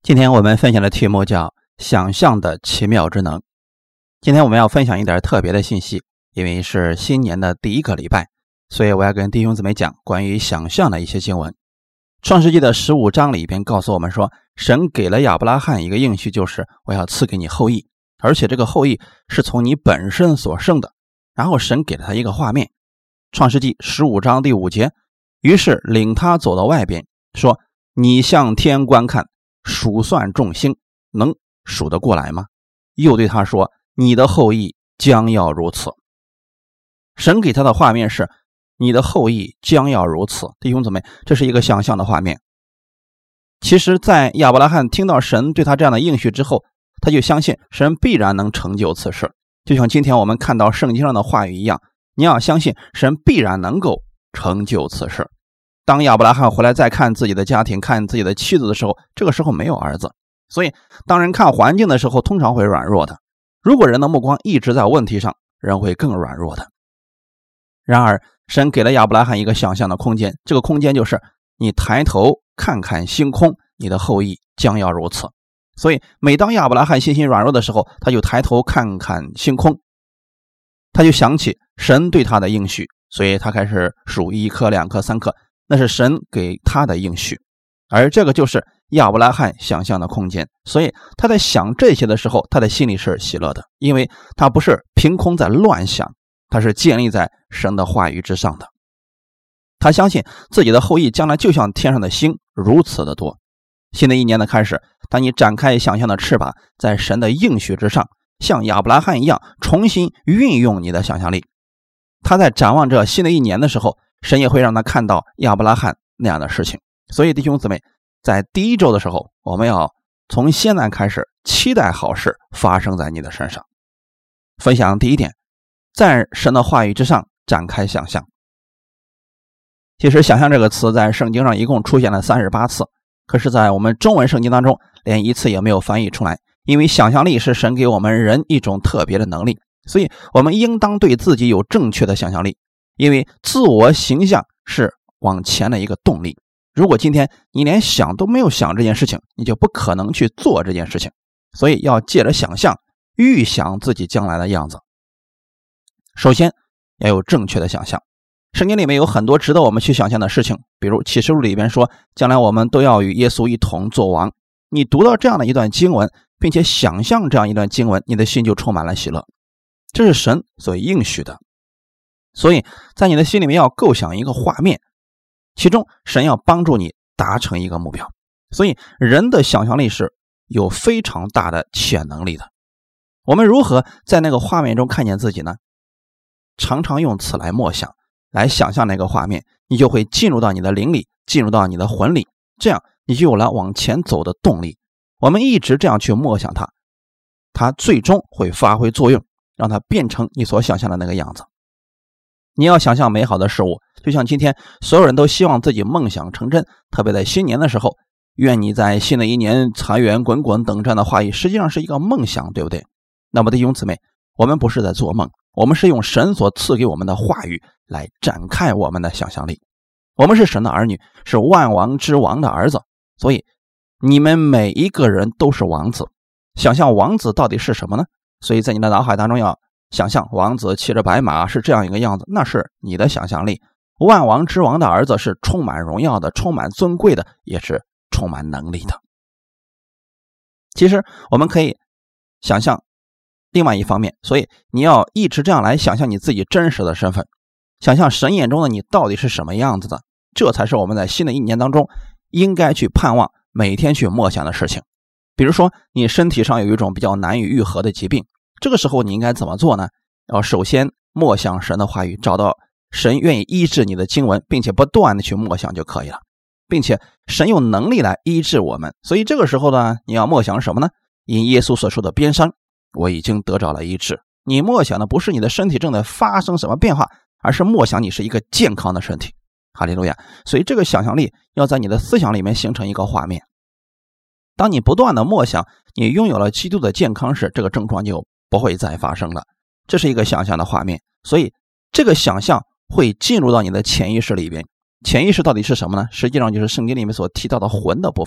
今天我们分享的题目叫想象的奇妙之能。今天我们要分享一点特别的信息，因为是新年的第一个礼拜，所以我要跟弟兄姊妹讲关于想象的一些经文。创世纪的15章里边告诉我们说，神给了亚伯拉罕一个应许，就是我要赐给你后裔，而且这个后裔是从你本身所生的。然后神给了他一个画面，创世纪15章第5节，于是领他走到外边，说，你向天观看，数算众星，能数得过来吗？又对他说，你的后裔将要如此。神给他的画面是，你的后裔将要如此。弟兄姊妹，这是一个想象的画面。其实在亚伯拉罕听到神对他这样的应许之后，他就相信神必然能成就此事。就像今天我们看到圣经上的话语一样，你要相信神必然能够成就此事。当亚伯拉罕回来再看自己的家庭，看自己的妻子的时候，这个时候没有儿子。所以当人看环境的时候，通常会软弱的。如果人的目光一直在问题上，人会更软弱的。然而神给了亚伯拉罕一个想象的空间，这个空间就是你抬头看看星空，你的后裔将要如此。所以每当亚伯拉罕信心软弱的时候，他就抬头看看星空，他就想起神对他的应许，所以他开始数1颗、2颗、3颗，那是神给他的应许。而这个就是亚伯拉罕想象的空间，所以他在想这些的时候，他的心里是喜乐的，因为他不是凭空在乱想，他是建立在神的话语之上的。他相信自己的后裔将来就像天上的星如此的多。新的一年的开始，当你展开想象的翅膀，在神的应许之上，像亚伯拉罕一样重新运用你的想象力。他在展望这新的一年的时候，神也会让他看到亚伯拉罕那样的事情。所以弟兄姊妹，在第一周的时候，我们要从现在开始期待好事发生在你的身上。分享第一点，在神的话语之上展开想象。其实想象这个词在圣经上一共出现了38次，可是在我们中文圣经当中连一次也没有翻译出来。因为想象力是神给我们人一种特别的能力，所以我们应当对自己有正确的想象力，因为自我形象是往前的一个动力。如果今天你连想都没有想这件事情，你就不可能去做这件事情。所以要借着想象预想自己将来的样子。首先要有正确的想象。圣经里面有很多值得我们去想象的事情，比如启示录里边说，将来我们都要与耶稣一同作王。你读到这样的一段经文，并且想象这样一段经文，你的心就充满了喜乐。这是神所应许的。所以在你的心里面要构想一个画面，其中神要帮助你达成一个目标。所以人的想象力是有非常大的潜能力的。我们如何在那个画面中看见自己呢？常常用此来默想，来想象那个画面，你就会进入到你的灵里，进入到你的魂里，这样你就有了往前走的动力。我们一直这样去默想它，它最终会发挥作用，让它变成你所想象的那个样子。你要想象美好的事物，就像今天所有人都希望自己梦想成真，特别在新年的时候，愿你在新的一年财源滚滚等这样的话语，实际上是一个梦想，对不对？那么弟兄姊妹，我们不是在做梦，我们是用神所赐给我们的话语来展开我们的想象力。我们是神的儿女，是万王之王的儿子，所以你们每一个人都是王子。想象王子到底是什么呢？所以在你的脑海当中要想象王子骑着白马是这样一个样子，那是你的想象力。万王之王的儿子是充满荣耀的，充满尊贵的，也是充满能力的。其实我们可以想象另外一方面，所以你要一直这样来想象你自己真实的身份，想象神眼中的你到底是什么样子的，这才是我们在新的一年当中应该去盼望每天去默想的事情。比如说你身体上有一种比较难以愈合的疾病，这个时候你应该怎么做呢？要首先默想神的话语，找到神愿意医治你的经文，并且不断的去默想就可以了，并且神有能力来医治我们。所以这个时候呢，你要默想什么呢？因耶稣所受的鞭伤，我已经得着了医治。你默想的不是你的身体正在发生什么变化，而是默想你是一个健康的身体。哈利路亚！所以这个想象力要在你的思想里面形成一个画面。当你不断的默想你拥有了基督的健康时，这个症状就不会再发生了。这是一个想象的画面，所以这个想象会进入到你的潜意识里边。潜意识到底是什么呢？实际上就是圣经里面所提到的魂的部分。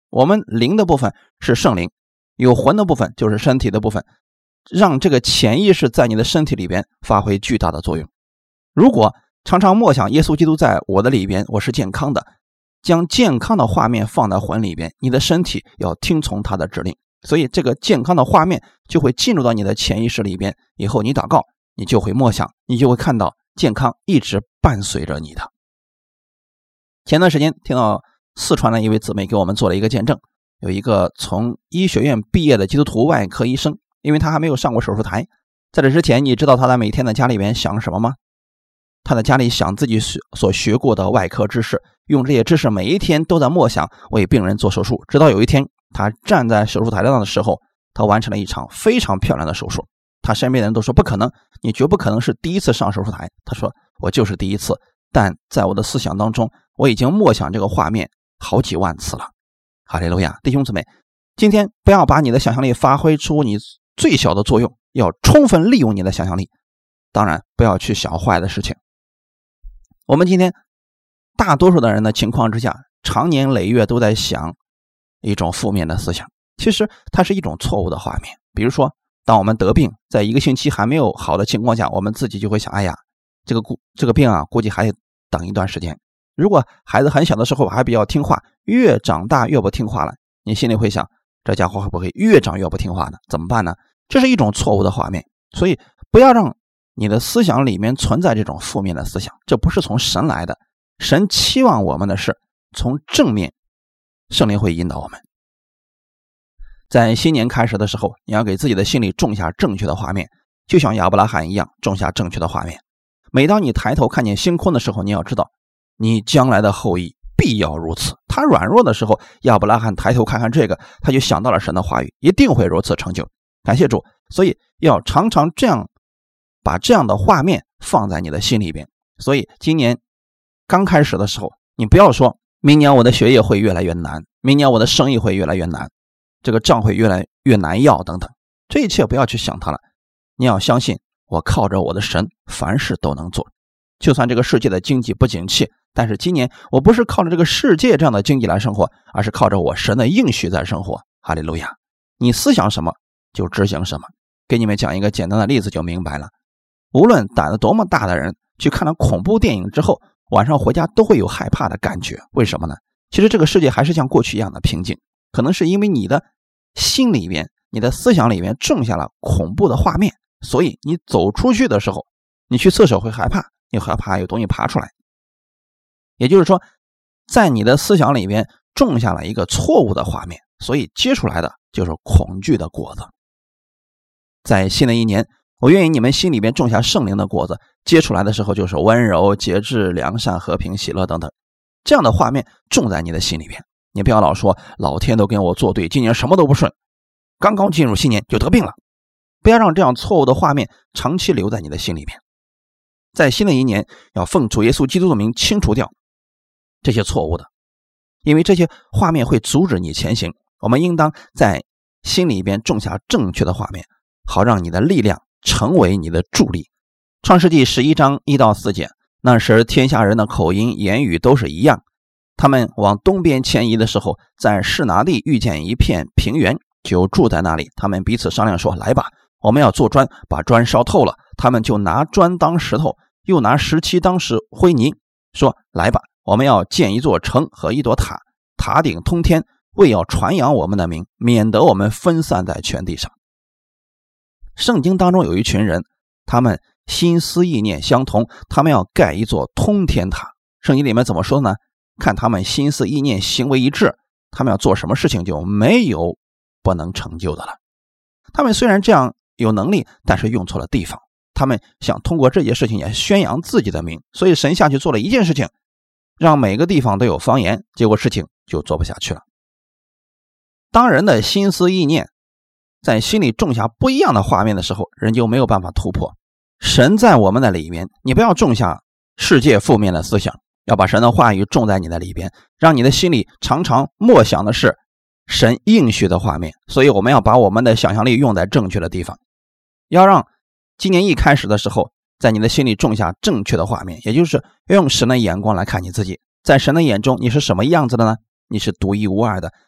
我们灵的部分是圣灵，有魂的部分就是身体的部分，让这个潜意识在你的身体里边发挥巨大的作用。如果常常默想耶稣基督在我的里边，我是健康的，将健康的画面放在魂里边，你的身体要听从他的指令，所以这个健康的画面就会进入到你的潜意识里边，以后你祷告，你就会默想，你就会看到健康一直伴随着你的。前段时间听到四川的一位姊妹给我们做了一个见证，有一个从医学院毕业的基督徒外科医生，因为他还没有上过手术台，在这之前你知道他在每天的家里边想什么吗？他在家里想自己所学过的外科知识，用这些知识每一天都在默想为病人做手术，直到有一天他站在手术台上的时候，他完成了一场非常漂亮的手术。他身边的人都说不可能，你绝不可能是第一次上手术台。他说我就是第一次，但在我的思想当中，我已经默想这个画面好几万次了。哈利路亚，弟兄姊妹，今天不要把你的想象力发挥出你最小的作用，要充分利用你的想象力，当然不要去想坏的事情。我们今天大多数的人的情况之下，长年累月都在想一种负面的思想，其实它是一种错误的画面。比如说当我们得病，在1个星期还没有好的情况下，我们自己就会想，哎呀，这个病啊，估计还得等一段时间。如果孩子很小的时候还比较听话，越长大越不听话了，你心里会想，这家伙会不会越长越不听话呢？怎么办呢？这是一种错误的画面。所以不要让你的思想里面存在这种负面的思想，这不是从神来的。神期望我们的是从正面，圣灵会引导我们。在新年开始的时候，你要给自己的心里种下正确的画面，就像亚伯拉罕一样，种下正确的画面。每当你抬头看见星空的时候，你要知道你将来的后裔必要如此。他软弱的时候，亚伯拉罕抬头看看这个，他就想到了神的话语，一定会如此成就。感谢主。所以要常常这样把这样的画面放在你的心里边。所以今年刚开始的时候，你不要说明年我的学业会越来越难，明年我的生意会越来越难，这个账会越来越难要等等，这一切不要去想它了。你要相信我靠着我的神凡事都能做。就算这个世界的经济不景气，但是今年我不是靠着这个世界这样的经济来生活，而是靠着我神的应许在生活。哈利路亚。你思想什么就执行什么。给你们讲一个简单的例子就明白了。无论胆子多么大的人，去看了恐怖电影之后，晚上回家都会有害怕的感觉。为什么呢？其实这个世界还是像过去一样的平静，可能是因为你的心里面，你的思想里面种下了恐怖的画面，所以你走出去的时候，你去厕所会害怕，你害怕有东西爬出来。也就是说，在你的思想里面种下了一个错误的画面，所以结出来的就是恐惧的果子。在新的一年，我愿意你们心里面种下圣灵的果子，结出来的时候就是温柔、节制、良善、和平、喜乐等等，这样的画面种在你的心里面。你不要老说老天都跟我作对，今年什么都不顺，刚刚进入新年就得病了。不要让这样错误的画面长期留在你的心里面。在新的一年，要奉主耶稣基督的名清除掉这些错误的，因为这些画面会阻止你前行。我们应当在心里边种下正确的画面，好让你的力量成为你的助力。创世纪11章1到4节，那时天下人的口音言语都是一样，他们往东边迁移的时候，在示拿地遇见一片平原，就住在那里。他们彼此商量说，来吧，我们要做砖，把砖烧透了。他们就拿砖当石头，又拿石漆当灰泥，说，来吧，我们要建一座城和一座塔，塔顶通天，为要传扬我们的名，免得我们分散在全地上。圣经当中有一群人，他们心思意念相同，他们要盖一座通天塔。圣经里面怎么说呢？看他们心思意念行为一致，他们要做什么事情就没有不能成就的了。他们虽然这样有能力，但是用错了地方。他们想通过这些事情也宣扬自己的名，所以神下去做了一件事情，让每个地方都有方言，结果事情就做不下去了。当人的心思意念在心里种下不一样的画面的时候，人就没有办法突破。神在我们的里面，你不要种下世界负面的思想，要把神的话语种在你的里边，让你的心里常常默想的是神应许的画面。所以我们要把我们的想象力用在正确的地方，要让今年一开始的时候，在你的心里种下正确的画面，也就是要用神的眼光来看你自己。在神的眼中，你是什么样子的呢？你是独一无二的，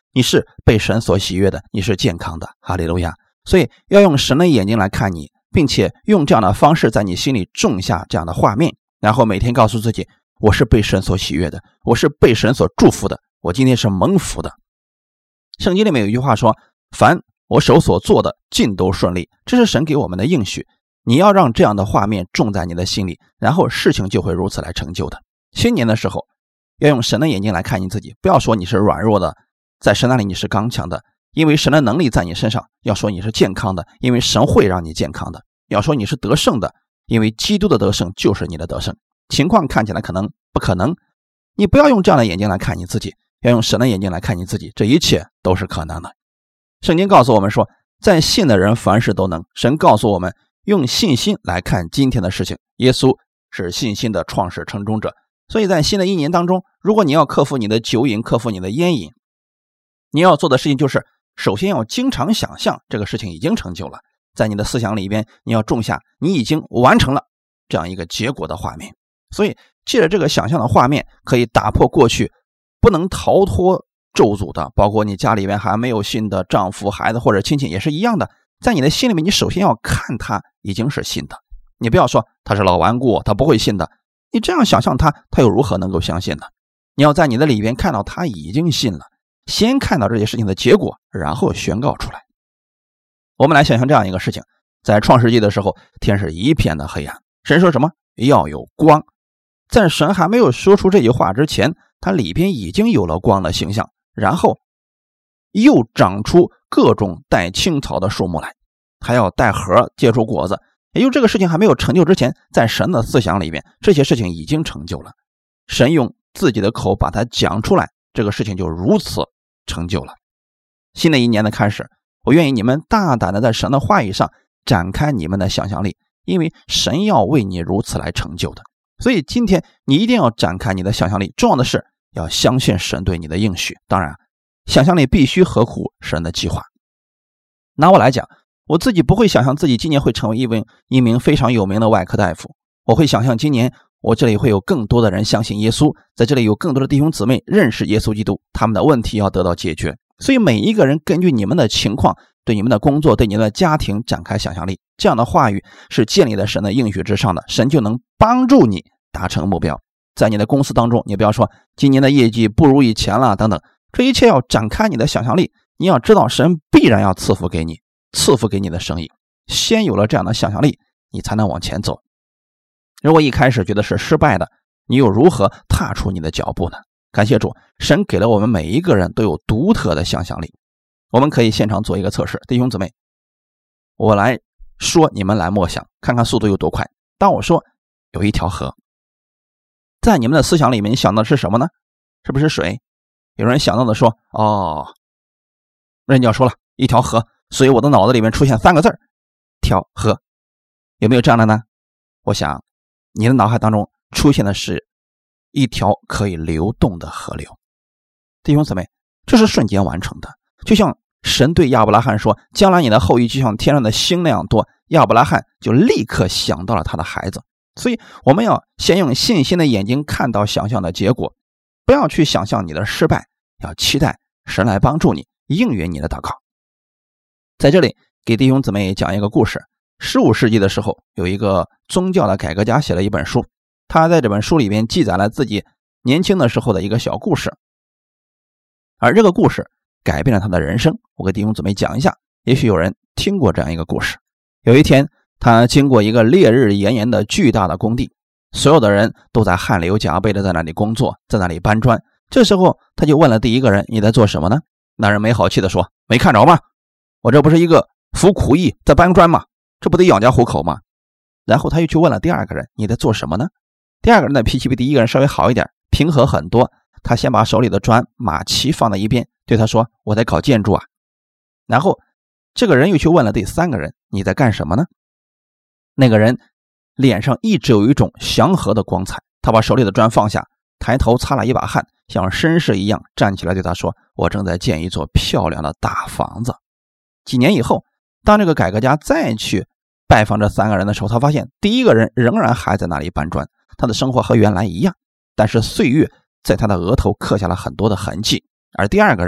你是被神所喜悦的，你是健康的，哈利路亚。所以要用神的眼睛来看你，并且用这样的方式在你心里种下这样的画面，然后每天告诉自己，我是被神所喜悦的，我是被神所祝福的，我今天是蒙福的。圣经里面有一句话说，凡我手所做的尽都顺利，这是神给我们的应许。你要让这样的画面种在你的心里，然后事情就会如此来成就的。新年的时候要用神的眼睛来看你自己，不要说你是软弱的，在神那里你是刚强的，因为神的能力在你身上；要说你是健康的，因为神会让你健康的；要说你是得胜的，因为基督的得胜就是你的得胜。情况看起来可能不可能，你不要用这样的眼睛来看你自己，要用神的眼睛来看你自己，这一切都是可能的。圣经告诉我们说，在信的人凡事都能。神告诉我们用信心来看今天的事情，耶稣是信心的创始成终者。所以在新的一年当中，如果你要克服你的酒瘾，克服你的烟瘾，你要做的事情就是首先要经常想象这个事情已经成就了，在你的思想里边你要种下你已经完成了这样一个结果的画面。所以借着这个想象的画面，可以打破过去不能逃脱咒诅的，包括你家里面还没有信的丈夫、孩子或者亲戚也是一样的，在你的心里面你首先要看他已经是信的，你不要说他是老顽固，他不会信的，你这样想象他又如何能够相信呢？你要在你的里边看到他已经信了，先看到这些事情的结果，然后宣告出来。我们来想象这样一个事情，在创世纪的时候，天是一片的黑暗，神说什么？要有光。在神还没有说出这句话之前，它里边已经有了光的形象，然后又长出各种带青草的树木来，还要带核结出果子。也就这个事情还没有成就之前，在神的思想里面，这些事情已经成就了。神用自己的口把它讲出来，这个事情就如此成就了。新的一年的开始，我愿意你们大胆的在神的话语上展开你们的想象力，因为神要为你如此来成就的。所以今天你一定要展开你的想象力，重要的是要相信神对你的应许。当然，想象力必须合乎神的计划。拿我来讲，我自己不会想象自己今年会成为一名非常有名的外科大夫，我会想象今年我这里会有更多的人相信耶稣，在这里有更多的弟兄姊妹认识耶稣基督，他们的问题要得到解决。所以每一个人根据你们的情况，对你们的工作，对你们的家庭展开想象力，这样的话语是建立在神的应许之上的，神就能帮助你达成目标。在你的公司当中，你不要说今年的业绩不如以前了等等，这一切要展开你的想象力。你要知道神必然要赐福给你，赐福给你的生意。先有了这样的想象力，你才能往前走。如果一开始觉得是失败的，你又如何踏出你的脚步呢？感谢主，神给了我们每一个人都有独特的想象力。我们可以现场做一个测试，弟兄姊妹，我来说，你们来默想，看看速度有多快。当我说有一条河，在你们的思想里面，你想到的是什么呢？是不是水？有人想到的说，人家要说了一条河，所以我的脑子里面出现3个字，条河。有没有这样的呢？我想你的脑海当中出现的是一条可以流动的河流。弟兄姊妹，这是瞬间完成的，就像神对亚伯拉罕说，将来你的后裔就像天上的星那样多，亚伯拉罕就立刻想到了他的孩子。所以我们要先用信心的眼睛看到想象的结果，不要去想象你的失败，要期待神来帮助你，应允你的祷告。在这里给弟兄姊妹讲一个故事。15世纪的时候，有一个宗教的改革家写了一本书，他在这本书里面记载了自己年轻的时候的一个小故事，而这个故事改变了他的人生。我给弟兄姊妹讲一下，也许有人听过这样一个故事。有一天，他经过一个烈日炎炎的巨大的工地，所有的人都在汗流浃背的在那里工作，在那里搬砖。这时候他就问了第一个人，你在做什么呢？那人没好气的说，没看着吗？我这不是一个服苦役在搬砖吗？这不得养家糊口吗？然后他又去问了第二个人，你在做什么呢？第二个人的脾气比第一个人稍微好一点，平和很多。他先把手里的砖马齐放在一边，对他说，我在搞建筑啊。然后这个人又去问了第三个人，你在干什么呢？那个人脸上一直有一种祥和的光彩，他把手里的砖放下，抬头擦了一把汗，像绅士一样站起来对他说，我正在建一座漂亮的大房子。几年以后，当这个改革家再去拜访这3个人的时候，他发现第一个人仍然还在那里搬砖，他的生活和原来一样，但是岁月在他的额头刻下了很多的痕迹。而第二个人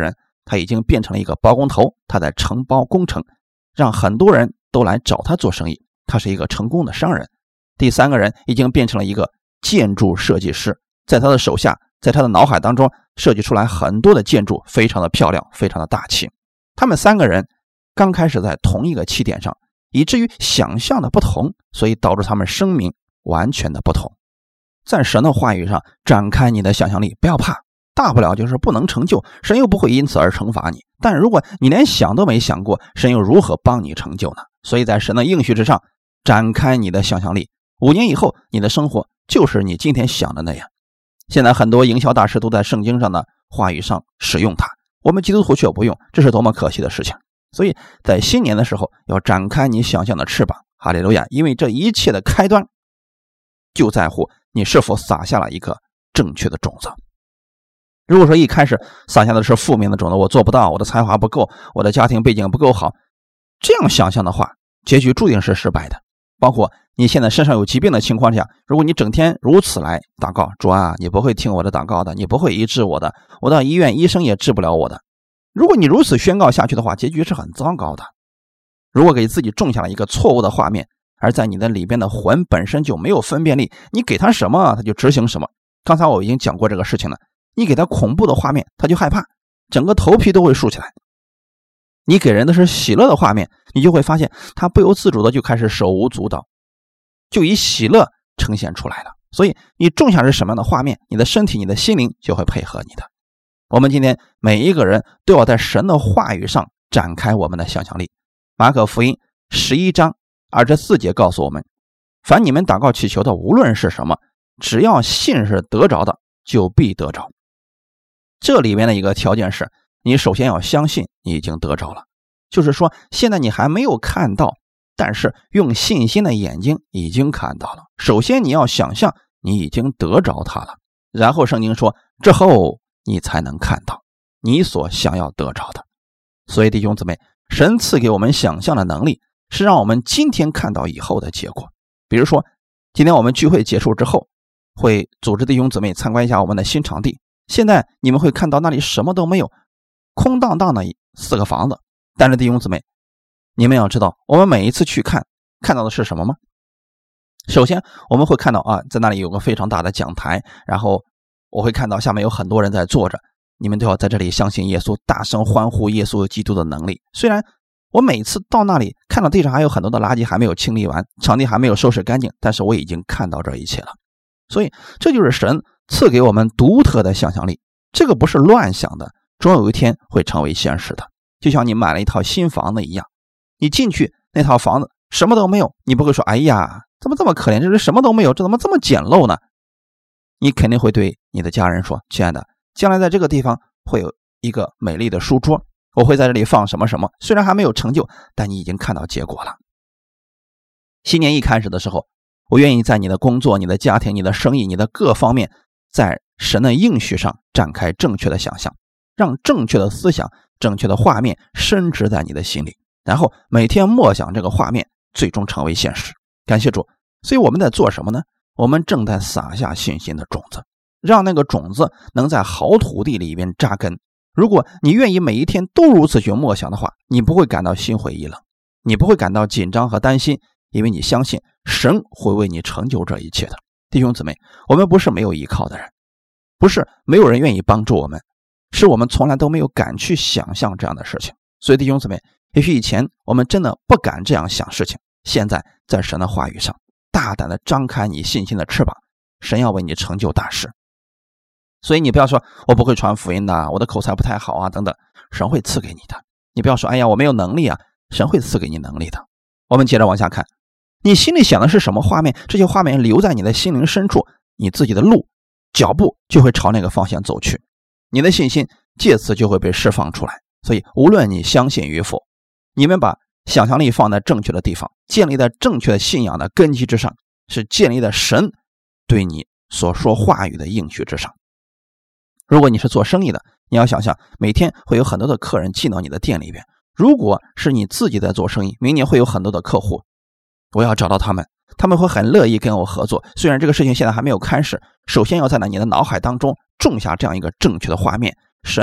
他已经变成了一个包工头，他在承包工程，让很多人都来找他做生意，他是一个成功的商人。第三个人已经变成了一个建筑设计师，在他的手下，在他的脑海当中设计出来很多的建筑，非常的漂亮，非常的大气。他们三个人刚开始在同一个起点上，以至于想象的不同，所以导致他们生命完全的不同。在神的话语上展开你的想象力，不要怕，大不了就是不能成就，神又不会因此而惩罚你。但如果你连想都没想过，神又如何帮你成就呢？所以在神的应许之上展开你的想象力，5年以后你的生活就是你今天想的那样。现在很多营销大师都在圣经上的话语上使用它，我们基督徒却不用，这是多么可惜的事情。所以在新年的时候要展开你想象的翅膀，哈利路亚！因为这一切的开端就在乎你是否撒下了一个正确的种子。如果说一开始撒下的是负面的种子，我做不到，我的才华不够，我的家庭背景不够好，这样想象的话，结局注定是失败的。包括你现在身上有疾病的情况下，如果你整天如此来祷告，主啊，你不会听我的祷告的，你不会医治我的，我到医院医生也治不了我的。如果你如此宣告下去的话，结局是很糟糕的。如果给自己种下了一个错误的画面，而在你的里边的魂本身就没有分辨力，你给他什么他就执行什么。刚才我已经讲过这个事情了，你给他恐怖的画面他就害怕，整个头皮都会竖起来。你给人的是喜乐的画面，你就会发现他不由自主的就开始手舞足蹈，就以喜乐呈现出来了。所以你种下是什么样的画面，你的身体你的心灵就会配合你的。我们今天每一个人都要在神的话语上展开我们的想象力。马可福音11章24节告诉我们，凡你们祷告祈求的无论是什么，只要信是得着的，就必得着。这里面的一个条件是，你首先要相信你已经得着了，就是说现在你还没有看到，但是用信心的眼睛已经看到了。首先你要想象你已经得着它了，然后圣经说之后你才能看到你所想要得着的。所以弟兄姊妹，神赐给我们想象的能力，是让我们今天看到以后的结果。比如说今天我们聚会结束之后，会组织弟兄姊妹参观一下我们的新场地，现在你们会看到那里什么都没有，空荡荡的4个房子。但是弟兄姊妹，你们要知道我们每一次去看到的是什么吗？首先我们会看到在那里有个非常大的讲台，然后我会看到下面有很多人在坐着，你们都要在这里相信耶稣，大声欢呼耶稣基督的能力。虽然我每次到那里看到地上还有很多的垃圾还没有清理完，场地还没有收拾干净，但是我已经看到这一切了。所以这就是神赐给我们独特的想象力，这个不是乱想的，终有一天会成为现实的。就像你买了一套新房子一样，你进去那套房子什么都没有，你不会说哎呀怎么这么可怜，这是什么都没有，这怎么这么简陋呢？你肯定会对你的家人说，亲爱的，将来在这个地方会有一个美丽的书桌，我会在这里放什么什么，虽然还没有成就，但你已经看到结果了。新年一开始的时候，我愿意在你的工作、你的家庭、你的生意、你的各方面，在神的应许上展开正确的想象，让正确的思想、正确的画面深植在你的心里，然后每天默想这个画面，最终成为现实。感谢主。所以我们在做什么呢？我们正在撒下信心的种子，让那个种子能在好土地里边扎根。如果你愿意每一天都如此去默想的话，你不会感到心灰意冷，你不会感到紧张和担心，因为你相信神会为你成就这一切的。弟兄姊妹，我们不是没有依靠的人，不是没有人愿意帮助我们，是我们从来都没有敢去想象这样的事情。所以弟兄姊妹，也许以前我们真的不敢这样想事情，现在在神的话语上大胆的张开你信心的翅膀，神要为你成就大事。所以你不要说我不会传福音的，我的口才不太好啊等等，神会赐给你的。你不要说哎呀我没有能力啊，神会赐给你能力的。我们接着往下看，你心里想的是什么画面，这些画面留在你的心灵深处，你自己的路脚步就会朝那个方向走去，你的信心借此就会被释放出来。所以无论你相信与否，你们把想象力放在正确的地方，建立在正确的信仰的根基之上，是建立在神对你所说话语的应许之上。如果你是做生意的，你要想象每天会有很多的客人进到你的店里边，如果是你自己在做生意，明年会有很多的客户，我要找到他们，他们会很乐意跟我合作。虽然这个事情现在还没有开始，首先要在你的脑海当中种下这样一个正确的画面，神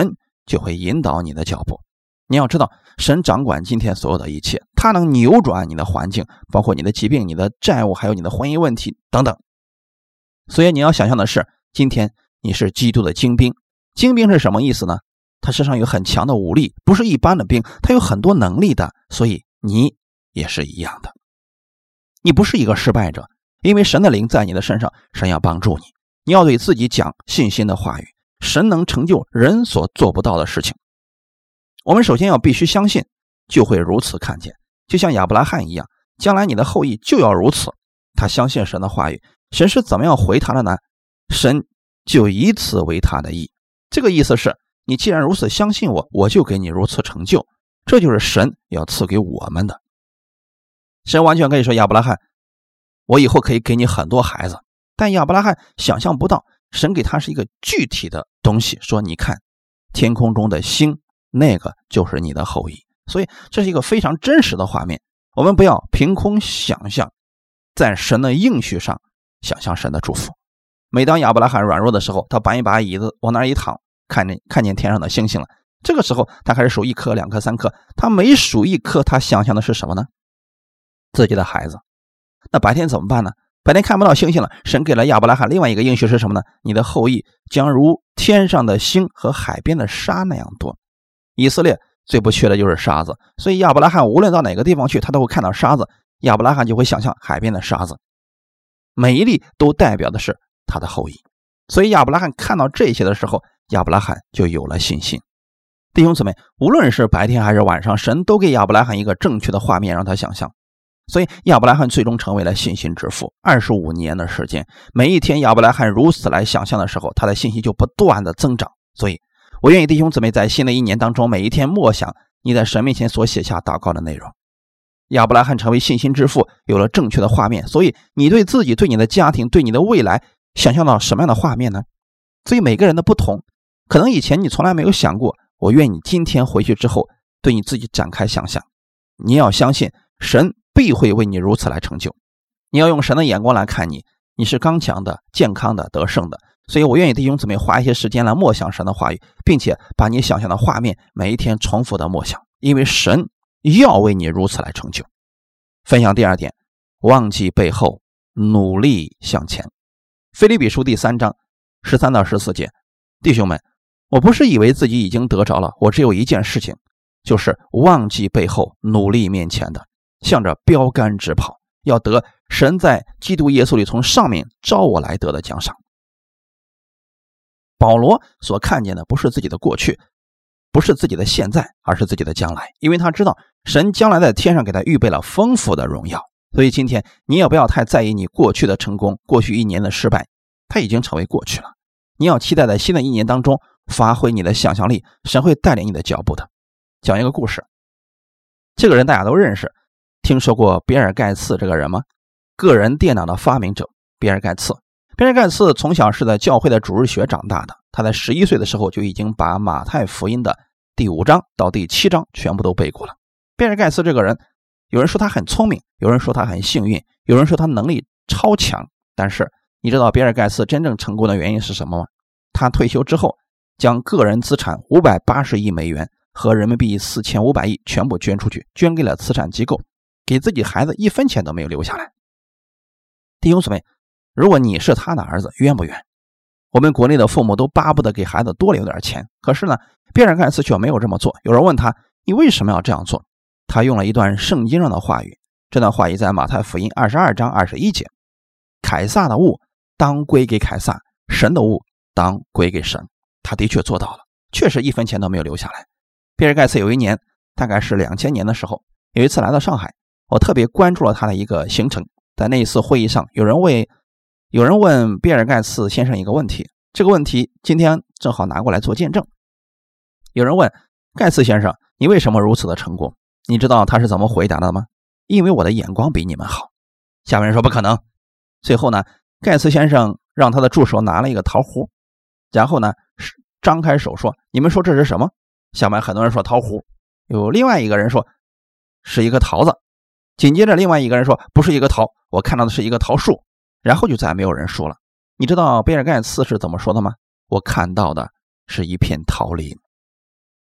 就会引导你的脚步。你要知道，神掌管今天所有的一切，他能扭转你的环境，包括你的疾病、你的债务，还有你的婚姻问题等等。所以你要想象的是，今天你是基督的精兵。精兵是什么意思呢？他身上有很强的武力，不是一般的兵，他有很多能力的。所以你也是一样的，你不是一个失败者，因为神的灵在你的身上，神要帮助你。你要对自己讲信心的话语，神能成就人所做不到的事情。我们首先要必须相信，就会如此看见，就像亚伯拉罕一样，将来你的后裔就要如此。他相信神的话语，神是怎么样回他的呢？神就以此为他的义。这个意思是，你既然如此相信我，我就给你如此成就。这就是神要赐给我们的。神完全可以说，亚伯拉罕，我以后可以给你很多孩子，但亚伯拉罕想象不到，神给他是一个具体的东西，说你看天空中的星，那个就是你的后裔。所以这是一个非常真实的画面，我们不要凭空想象，在神的应许上想象神的祝福。每当亚伯拉罕软弱的时候，他搬一把椅子往那儿一躺，看见天上的星星了，这个时候他开始数1颗、2颗、3颗，他每数1颗，他想象的是什么呢？自己的孩子。那白天怎么办呢？白天看不到星星了，神给了亚伯拉罕另外一个应许是什么呢？你的后裔将如天上的星和海边的沙那样多。以色列最不缺的就是沙子，所以亚伯拉罕无论到哪个地方去，他都会看到沙子，亚伯拉罕就会想象海边的沙子，每一粒都代表的是他的后裔。所以亚伯拉罕看到这些的时候，亚伯拉罕就有了信心。弟兄姊妹，无论是白天还是晚上，神都给亚伯拉罕一个正确的画面让他想象。所以亚伯拉罕最终成为了信心之父。25年的时间，每一天亚伯拉罕如此来想象的时候，他的信心就不断的增长。所以我愿意弟兄姊妹在新的一年当中，每一天默想你在神面前所写下祷告的内容。亚伯拉罕成为信心之父，有了正确的画面，所以你对自己、对你的家庭、对你的未来想象到什么样的画面呢？所以每个人的不同，可能以前你从来没有想过，我愿你今天回去之后对你自己展开想象。你要相信神必会为你如此来成就，你要用神的眼光来看你，你是刚强的、健康的、得胜的。所以我愿意弟兄姊妹花一些时间来默想神的话语，并且把你想象的画面每一天重复的默想，因为神要为你如此来成就。分享第2点，忘记背后，努力向前。腓立比书第3章13到14节，弟兄们，我不是以为自己已经得着了，我只有一件事情，就是忘记背后，努力面前的，向着标杆直跑，要得神在基督耶稣里从上面召我来得的奖赏。保罗所看见的不是自己的过去，不是自己的现在，而是自己的将来，因为他知道神将来在天上给他预备了丰富的荣耀。所以今天你也不要太在意你过去的成功，过去1年的失败，它已经成为过去了。你要期待在新的1年当中发挥你的想象力，神会带领你的脚步的。讲一个故事，这个人大家都认识，听说过比尔盖茨这个人吗？个人电脑的发明者比尔盖茨。比尔盖茨从小是在教会的主日学长大的，他在11岁的时候就已经把马太福音的第5章到第7章全部都背过了。比尔盖茨这个人，有人说他很聪明，有人说他很幸运，有人说他能力超强，但是你知道比尔盖茨真正成功的原因是什么吗？他退休之后将个人资产580亿美元和人民币4500亿全部捐出去，捐给了慈善机构，给自己孩子1分钱都没有留下来。弟兄姊妹，如果你是他的儿子，冤不冤？我们国内的父母都巴不得给孩子多留点钱，可是呢，比尔盖茨却没有这么做。有人问他，你为什么要这样做？他用了一段圣经上的话语，这段话语在马太福音22章21节，凯撒的物当归给凯撒，神的物当归给神。他的确做到了，确实1分钱都没有留下来。比尔盖茨有一年，大概是2000年的时候，有一次来到上海，我特别关注了他的一个行程。在那一次会议上，有人问比尔盖茨先生一个问题，这个问题今天正好拿过来做见证。有人问盖茨先生，你为什么如此的成功？你知道他是怎么回答的吗？因为我的眼光比你们好。下面人说不可能。最后呢，盖茨先生让他的助手拿了一个桃核，然后呢张开手说，你们说这是什么？下面很多人说桃核，有另外一个人说是一个桃子，紧接着另外一个人说不是一个桃，我看到的是一个桃树，然后就再没有人说了。你知道比尔盖茨是怎么说的吗？我看到的是一片桃林。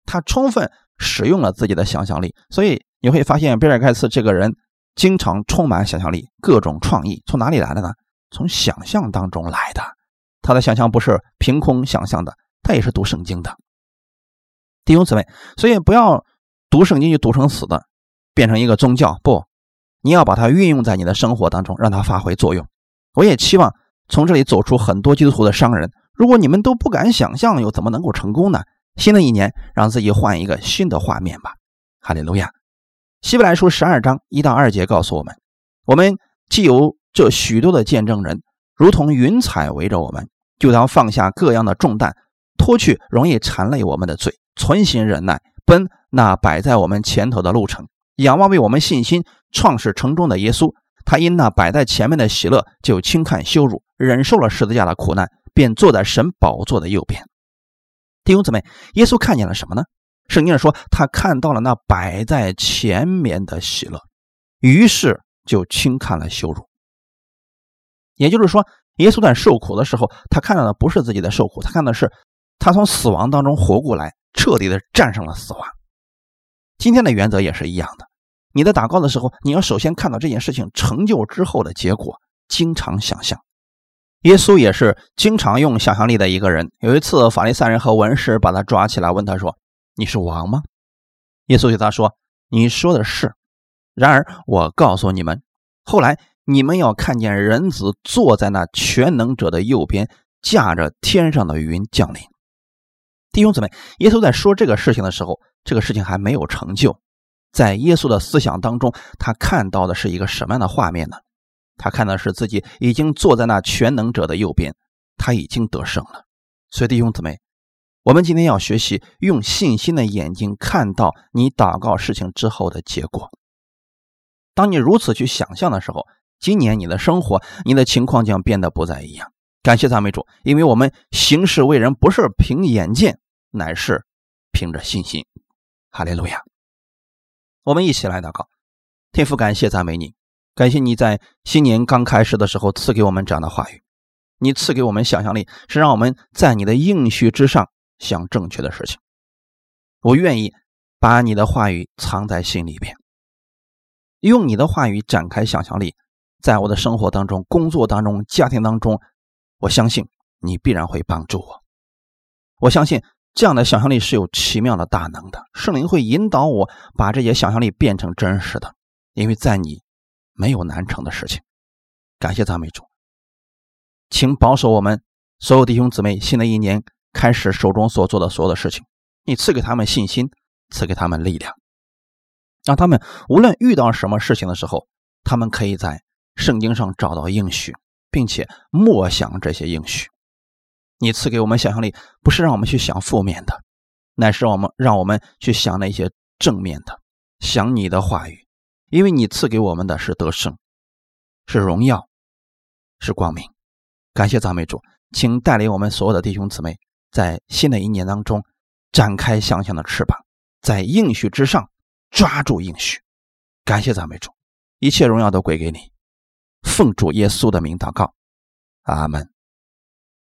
他充分使用了自己的想象力。所以你会发现比尔盖茨这个人经常充满想象力，各种创意，从哪里来的呢？从想象当中来的。他的想象不是凭空想象的，他也是读圣经的。弟兄姊妹，所以不要读圣经就读成死的，变成一个宗教，不，你要把它运用在你的生活当中，让它发挥作用。我也期望从这里走出很多基督徒的商人，如果你们都不敢想象，又怎么能够成功呢？新的一年让自己换一个新的画面吧。哈利路亚。希伯来书12章1到2节告诉我们，我们既有这许多的见证人，如同云彩围着我们，就当放下各样的重担，脱去容易缠累我们的罪，存心忍耐，奔那摆在我们前头的路程，仰望为我们信心创始成终的耶稣。他因那摆在前面的喜乐，就轻看羞辱，忍受了十字架的苦难，便坐在神宝座的右边。弟兄姊妹，耶稣看见了什么呢？圣经上说，他看到了那摆在前面的喜乐，于是就轻看了羞辱。也就是说，耶稣在受苦的时候，他看到的不是自己的受苦，他看的是他从死亡当中活过来，彻底的战胜了死亡。今天的原则也是一样的，你在祷告的时候，你要首先看到这件事情成就之后的结果，经常想象。耶稣也是经常用想象力的一个人。有一次法利赛人和文士把他抓起来，问他说，你是王吗？耶稣对他说，你说的是，然而我告诉你们，后来你们要看见人子坐在那全能者的右边，驾着天上的云降临。弟兄姊妹，耶稣在说这个事情的时候，这个事情还没有成就。在耶稣的思想当中，他看到的是一个什么样的画面呢？他看的是自己已经坐在那全能者的右边，他已经得胜了。所以弟兄姊妹，我们今天要学习用信心的眼睛看到你祷告事情之后的结果。当你如此去想象的时候，今年你的生活，你的情况将变得不再一样。感谢赞美主，因为我们行事为人不是凭眼见，乃是凭着信心。哈利路亚。我们一起来祷告。天父，感谢赞美你，感谢你在新年刚开始的时候赐给我们这样的话语，你赐给我们想象力，是让我们在你的应许之上想正确的事情。我愿意把你的话语藏在心里边，用你的话语展开想象力，在我的生活当中、工作当中、家庭当中，我相信你必然会帮助我。我相信这样的想象力是有奇妙的大能的，圣灵会引导我把这些想象力变成真实的，因为在你没有难成的事情。感谢赞美主，请保守我们所有弟兄姊妹新的一年开始手中所做的所有的事情，你赐给他们信心，赐给他们力量，让他们无论遇到什么事情的时候，他们可以在圣经上找到应许，并且默想这些应许。你赐给我们想象力，不是让我们去想负面的，乃是让我们去想那些正面的，想你的话语，因为你赐给我们的是得胜，是荣耀，是光明。感谢赞美主，请带领我们所有的弟兄姊妹在新的一年当中展开想象的翅膀，在应许之上抓住应许。感谢赞美主，一切荣耀都归给你，奉主耶稣的名祷告，阿们。